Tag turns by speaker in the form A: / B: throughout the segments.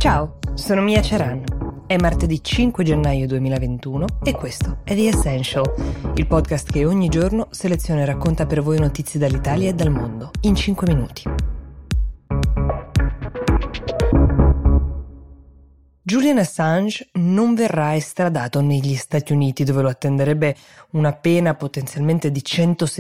A: Ciao, sono Mia Ceran. È martedì 5 gennaio 2021 e questo è The Essential, il podcast che ogni giorno seleziona e racconta per voi notizie dall'Italia e dal mondo, in 5 minuti. Julian Assange non verrà estradato negli Stati Uniti, dove lo attenderebbe una pena potenzialmente di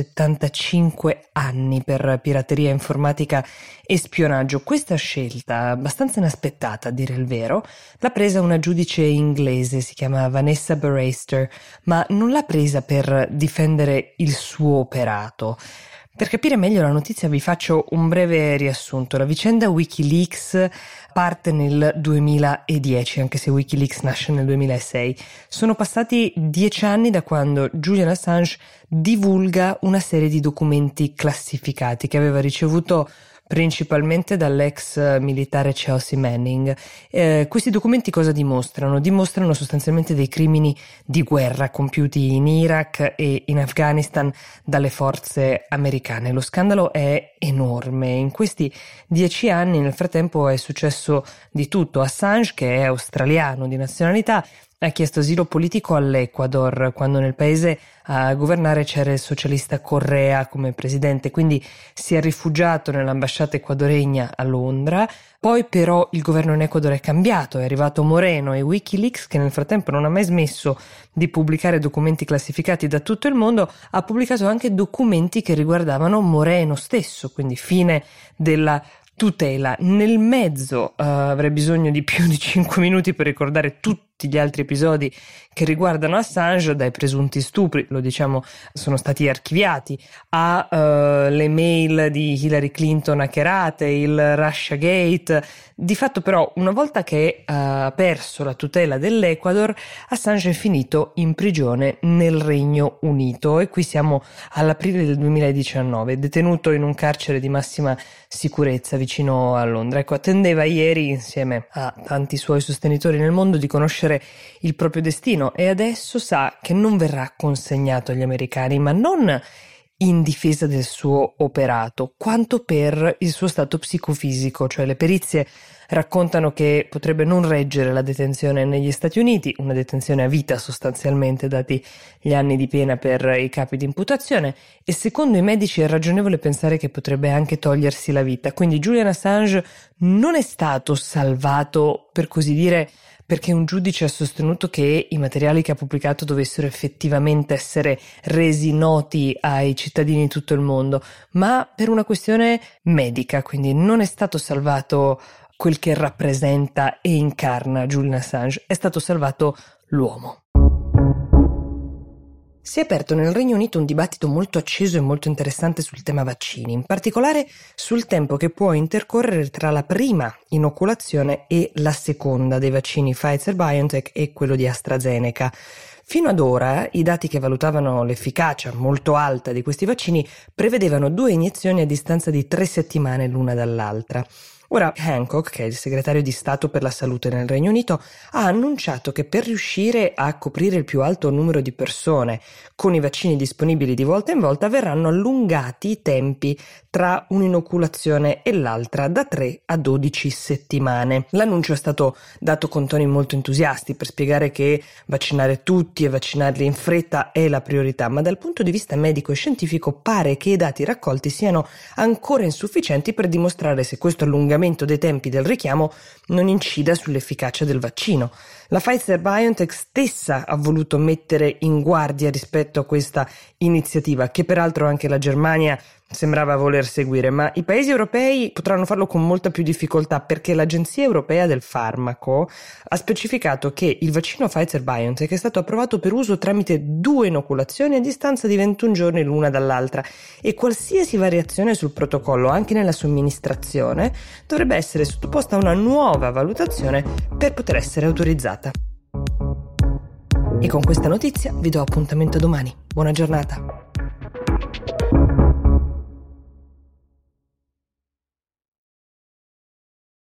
A: 175 anni per pirateria informatica e spionaggio. Questa scelta, abbastanza inaspettata a dire il vero, l'ha presa una giudice inglese, si chiama Vanessa Barraster, ma non l'ha presa per difendere il suo operato. Per capire meglio la notizia vi faccio un breve riassunto. La vicenda WikiLeaks parte nel 2010, anche se WikiLeaks nasce nel 2006. Sono passati 10 anni da quando Julian Assange divulga una serie di documenti classificati che aveva ricevuto principalmente dall'ex militare Chelsea Manning. Questi documenti cosa dimostrano? Dimostrano sostanzialmente dei crimini di guerra compiuti in Iraq e in Afghanistan dalle forze americane. Lo scandalo è enorme. In questi 10 anni, nel frattempo, è successo di tutto. Assange, che è australiano di nazionalità, ha chiesto asilo politico all'Ecuador, quando nel paese a governare c'era il socialista Correa come presidente, quindi si è rifugiato nell'ambasciata ecuadoregna a Londra. Poi però il governo in Ecuador è cambiato, è arrivato Moreno e WikiLeaks, che nel frattempo non ha mai smesso di pubblicare documenti classificati da tutto il mondo, ha pubblicato anche documenti che riguardavano Moreno stesso, quindi fine della tutela. Nel mezzo avrei bisogno di più di 5 minuti per ricordare tutti gli altri episodi che riguardano Assange, dai presunti stupri, lo diciamo, sono stati archiviati, le mail di Hillary Clinton hackerate, il Russiagate. Di fatto però, una volta che ha perso la tutela dell'Ecuador, Assange è finito in prigione nel Regno Unito, e qui siamo all'aprile del 2019, detenuto in un carcere di massima sicurezza vicino a Londra. Ecco, attendeva ieri, insieme a tanti suoi sostenitori nel mondo, di conoscere il proprio destino, e adesso sa che non verrà consegnato agli americani, ma non in difesa del suo operato, quanto per il suo stato psicofisico. Cioè, le perizie raccontano che potrebbe non reggere la detenzione negli Stati Uniti, una detenzione a vita sostanzialmente, dati gli anni di pena per i capi di imputazione, e secondo i medici è ragionevole pensare che potrebbe anche togliersi la vita. Quindi Julian Assange non è stato salvato, per così dire, perché un giudice ha sostenuto che i materiali che ha pubblicato dovessero effettivamente essere resi noti ai cittadini di tutto il mondo, ma per una questione medica. Quindi non è stato salvato quel che rappresenta e incarna Julian Assange, è stato salvato l'uomo. Si è aperto nel Regno Unito un dibattito molto acceso e molto interessante sul tema vaccini, in particolare sul tempo che può intercorrere tra la prima inoculazione e la seconda dei vaccini Pfizer-BioNTech e quello di AstraZeneca. Fino ad ora i dati che valutavano l'efficacia molto alta di questi vaccini prevedevano 2 iniezioni a distanza di 3 settimane l'una dall'altra. Ora Hancock, che è il segretario di Stato per la salute nel Regno Unito, ha annunciato che per riuscire a coprire il più alto numero di persone con i vaccini disponibili di volta in volta verranno allungati i tempi tra un'inoculazione e l'altra da 3 a 12 settimane. L'annuncio è stato dato con toni molto entusiasti per spiegare che vaccinare tutti e vaccinarli in fretta è la priorità, ma dal punto di vista medico e scientifico pare che i dati raccolti siano ancora insufficienti per dimostrare se questo allungamento dei tempi del richiamo non incida sull'efficacia del vaccino. La Pfizer-BioNTech stessa ha voluto mettere in guardia rispetto a questa iniziativa, che peraltro anche la Germania sembrava voler seguire, ma i paesi europei potranno farlo con molta più difficoltà, perché l'Agenzia Europea del Farmaco ha specificato che il vaccino Pfizer-BioNTech è stato approvato per uso tramite 2 inoculazioni a distanza di 21 giorni l'una dall'altra, e qualsiasi variazione sul protocollo, anche nella somministrazione, dovrebbe essere sottoposta a una nuova valutazione per poter essere autorizzata. E con questa notizia vi do appuntamento domani. Buona giornata.